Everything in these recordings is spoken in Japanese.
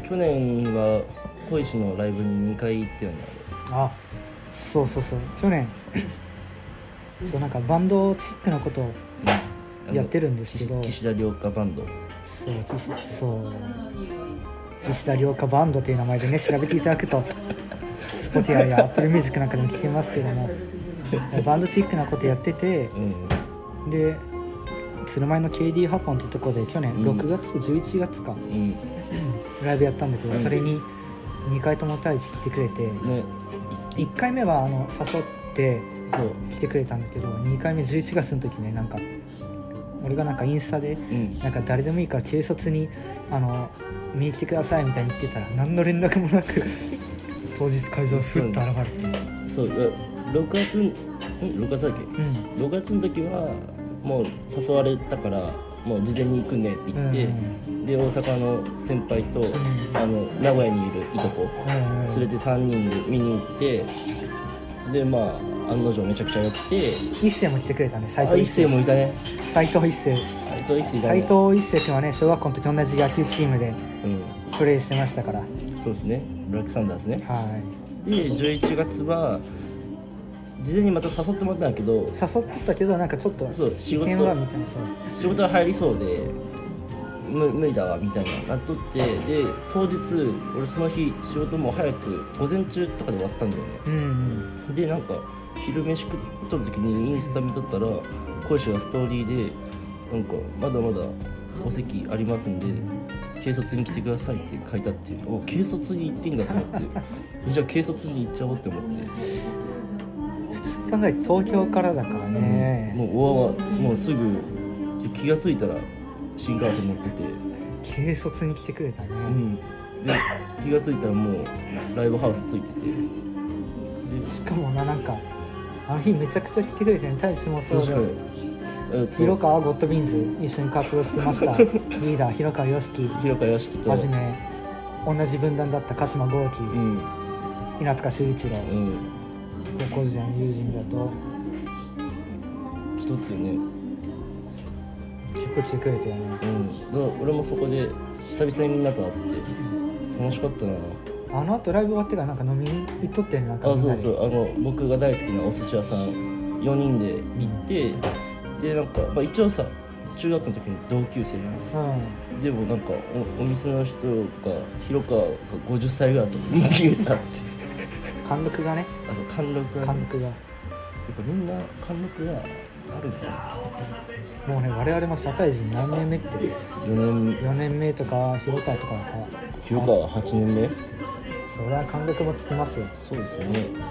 去年は小石のライブに2回行ったよね。 あ、そう去年そうなんかバンドチックなことをやってるんですけど、 岸田涼香バンド。 岸田涼香バンドという名前でね調べていただくとSpotify や Apple Music なんかでも聴けますけどもバンドチックなことやってて、で鶴舞の KD ハポンってとこで去年6月、11月か、ライブやったんだけど、それに2回とも太一来てくれて、1回目は誘って来てくれたんだけど、2回目11月の時ね、なんか俺がなんかインスタで、なんか誰でもいいから軽率に見に来てくださいみたいに言ってたら何の連絡もなく当日会場スッと現れて、 そう6月だっけ、6月の時はもう誘われたからもう事前に行くねって言って、で大阪の先輩と、名古屋にいるいとこ、連れて3人で見に行って、でまあ案の定めちゃくちゃ良くて、 一世も来てくれたね。 一世もいたね。 斉藤一世君はね、小学校の時同じ野球チームでプレーしてましたから、 そうですね、ブラックサンダーズね。 はいで11月は事前にまた誘ってもらったんだけど、 誘ってたけどなんかちょっと仕事はみたいな、 仕事が入りそうで無理だわみたいななっとって、で当日俺その日仕事も早く午前中とかで終わったんだよね。でなんか昼飯食っとる時にインスタ見とったら小石がストーリーでなんかまだまだお席ありますんで軽率に来てくださいって書いてあって、お軽率に行っていいんだと思ってじゃあ軽率に行っちゃおうって思って、 普通に考えて東京からだからね、 もうすぐ気がついたら新幹線乗ってて軽率に来てくれたね、 で気がついたらもうライブハウスついてて、 でしかもなんかあの日めちゃくちゃ来てくれてね。太一もそうだし、広川ゴッドビーンズ一緒に活動してましたリーダー広川よしきとはじめ、同じ分団だった鹿島豪輝、稲塚修一郎、高校時代の友人だと来とってよね。 結構来てくれたよね。 だから俺もそこで久々にみんなと会って楽しかったな。 あの後ライブ終わってからなんか飲みに行っとってんなんかみんなで。 そう僕が大好きなお寿司屋さん4人で行って、でなんか、一応さ中学の時に同級生なの、でもなんか お店の人が広川が50歳ぐらいだと見えたって貫禄がね。 そう貫禄が、やっぱみんな貫禄があるんですよ。 もうね、我々も社会人何年目って4年目とか広川とか広川8年目、 それは貫禄もつきますよ。 そうですね、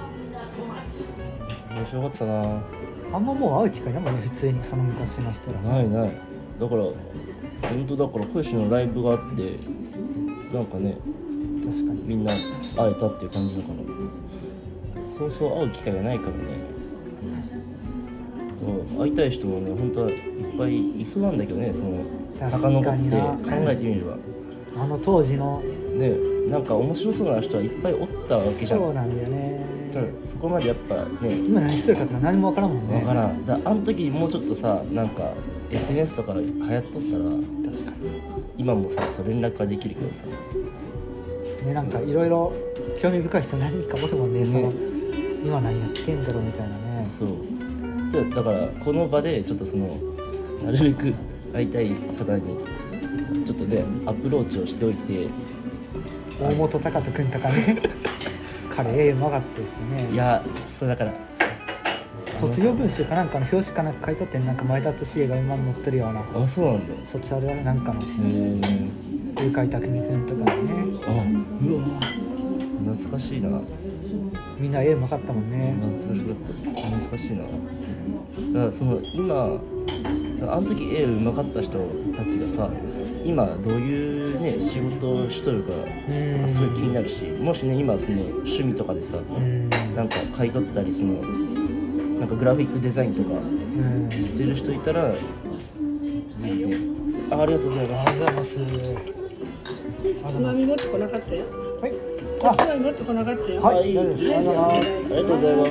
面白かったな。 あんまもう会う機会ないもんね、普通にその昔の人ら。 ないだから本当だから小石のライブがあってなんかね、 確かにみんな会えたっていう感じだから、そうそう会う機会がないからね。会いたい人もね本当はいっぱいいそうなんだけどね、その遡って考えてみればあの当時のね、なんか面白そうな人はいっぱいおったわけじゃん。 そうなんだよね。 ただそこまでやっぱね、 今何してるかとか何も分からんもんね。 分からん。あの時もうちょっとさ、なんか SNS とか流行っとったら確かに今もさ連絡ができるけどさね、なんかいろいろ興味深い人何人かおるもんね、その今何やってんだろうみたいなね。 そうだからこの場でちょっとなるべく会いたい方にちょっとねアプローチをしておいて、 大本貴人君とかね彼うまかったですね。 いやそうだから卒業文集かなんかの表紙かなんか書いとってなんか前田利家が馬に乗ってるような。 あ、そうなんだ。 卒アルなんかの誘拐匠君とかね。 うわ懐かしいな。 みんな絵うまかったもんね。 懐かしいな。だから今あの時絵うまかった人たちがさ今どういうね仕事をしとるかとかすごい気になるし、もしね今趣味とかでさなんか買い取ったりなんかグラフィックデザインとかしてる人いたらぜひね。ありがとうございます。 ありがとうございます。 つまみ持ってこなかったよ。 はい。 つまみ持ってこなかったよ。 はい。 ありがとうございます。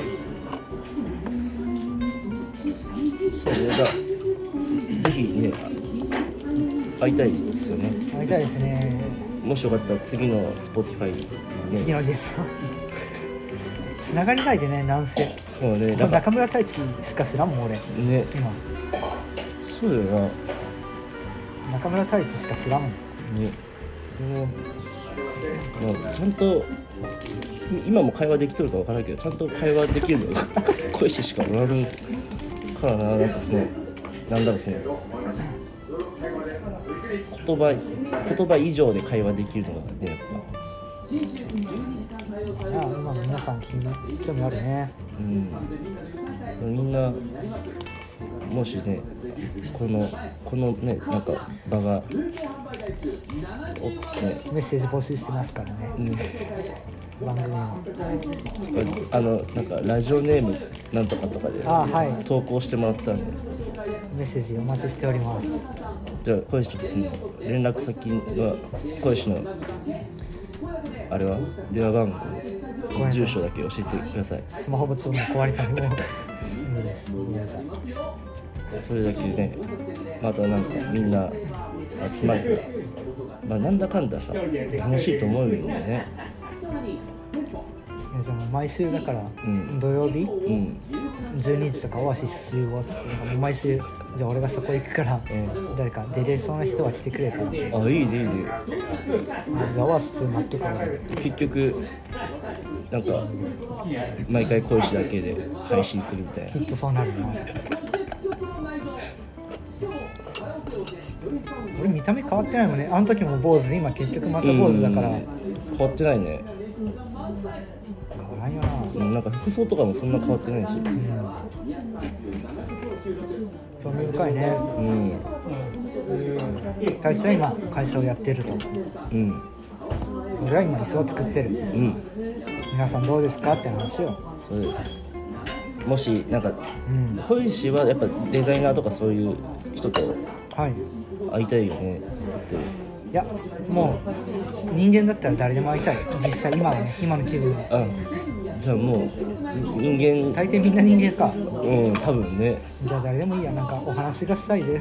そうだ。ぜひね会いたいですよね。 会いたいですね。 もしよかったら次の Spotify ね次のゲストつながりないでね、なんせそうね、 中村太一しか知らんもん俺ね、 今そうだよな、 中村太一しか知らんもんね、もうちゃんと今も会話できとるか分からんけど、ちゃんと会話できるのが小石しかおらんからな。なんかそのなんだろう、その言葉以上で会話できるのがね、やっぱ今の皆さん興味あるね。 みんなもしね、このね、なんか場がメッセージ募集してますからね、番組のなんかラジオネームなんとかとかで投稿してもらったんで、 メッセージお待ちしております。 じゃあ小石ちょっとその連絡先は小石のあれは電話番号、住所だけ教えてください。 スマホもちょっと壊れたんでもうごめんなさい。 それだけね、またなんかみんな集まるから、まあなんだかんださ楽しいと思うよね。 いやじゃあもう毎週だから、土曜日、12時とかオアシス集合っつってもう毎週じゃあ俺がそこ行くから、誰か出れそうな人は来てくれたら、 あ、いいねいいね。 じゃあオアシス待ってから結局なんか毎回小石だけで配信するみたいな。 きっとそうなるな。俺見た目変わってないもんね。あの時も坊主で今結局また坊主だから、 変わってないね。 変わらんよな。 なんか服装とかもそんな変わってないし、 興味深いね。会社は今会社をやってると、俺は今椅子を作ってる、皆さんどうですかって話を。 そうです。もしなんか、小石はやっぱデザイナーとかそういう人と会いたいよねって。 いやもう人間だったら誰でも会いたい。実際今はね、今の気分は。 じゃあもう人間、 大抵みんな人間か。 多分ね。 じゃあ誰でもいいや。なんかお話がしたいです。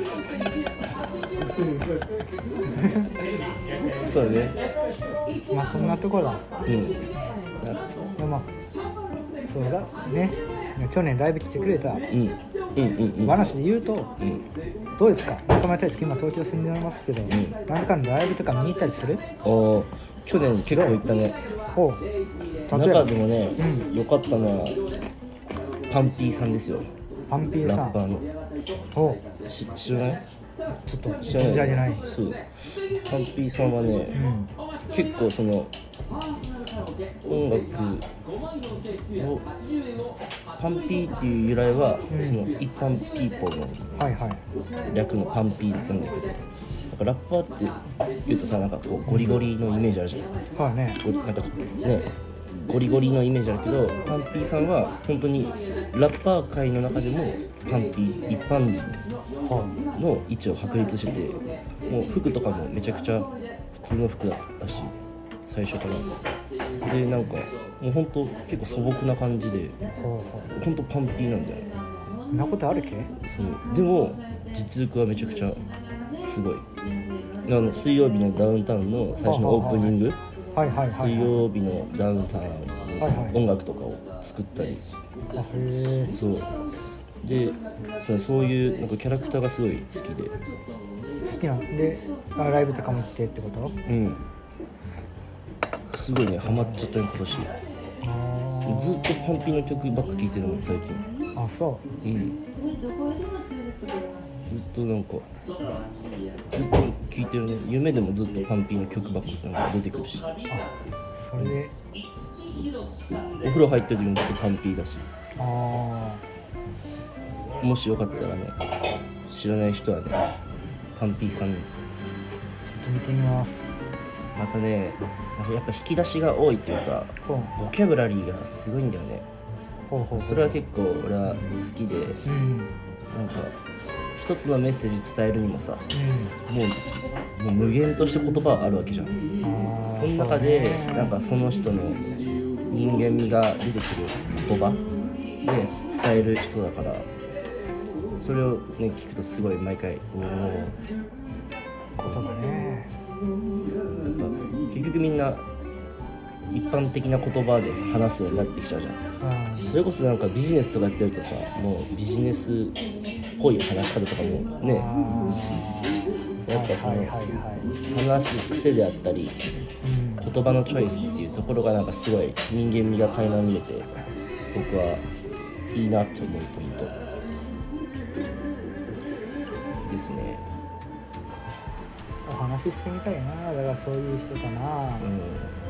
そうだね。 まあそんなところだ。でもそうだね。去年ライブ来てくれた話で言うと、どうですか、中村太一今東京住んでますけど、なんかのライブとか見に行ったりする？ 去年結構行ったね。中でもね、良かったのはパンピーさんですよ。 パンピーさん、 ラッパーの。知らない？ ちょっと存じ上げない。 そう、パンピーさんはね、結構その音楽をパンピーっていう由来は、その一般ピーポーの略のパンピーなんだけど、なんかラッパーって言うとさ、なんかこうゴリゴリのイメージあるじゃん。なんかね、ゴリゴリのイメージあるけど、パンピーさんは本当にラッパー界の中でもパンピー一般人の位置を確立してて、もう服とかもめちゃくちゃ普通の服だったし、最初からで、なんかもう本当結構素朴な感じで、本当パンピーなんだよね。 そんなことあるっけ？ そうでも実力はめちゃくちゃすごい。水曜日のダウンタウンの最初のオープニング、水曜日のダウンタウンの音楽とかを作ったり、そうで、そういうなんかキャラクターがすごい好きで。 好きなんで、ライブとかも行ってってこと？ すごいね、ハマっちゃったね今年。ずっとパンピーの曲ばっか聴いてるもん最近。 あ、そう。 ずっとなんかずっと聴いてるね。夢でもずっとパンピーの曲ばっかなんか出てくるし。 それでお風呂入ってる時もずっとパンピーだし。もしよかったらね、知らない人はね、パンピーさんにちょっと見てみます。 またね、やっぱ引き出しが多いっていうか、ボキャブラリーがすごいんだよね。それは結構俺は好きで、なんか一つのメッセージ伝えるにもさ、もう無限として言葉はあるわけじゃん。その中でなんかその人の人間味が出てくる言葉で伝える人だから、それをね聞くとすごい毎回言葉ね。 結局みんな一般的な言葉で話すようになってきちゃうじゃん。それこそなんかビジネスとかやってるとさ、もうビジネスっぽい話し方とかもね、やっぱその話す癖であったり、言葉のチョイスっていうところがなんかすごい人間味が垣間見れて、僕はいいなって思うポイントですね。 お話ししてみたいな。だからそういう人かな。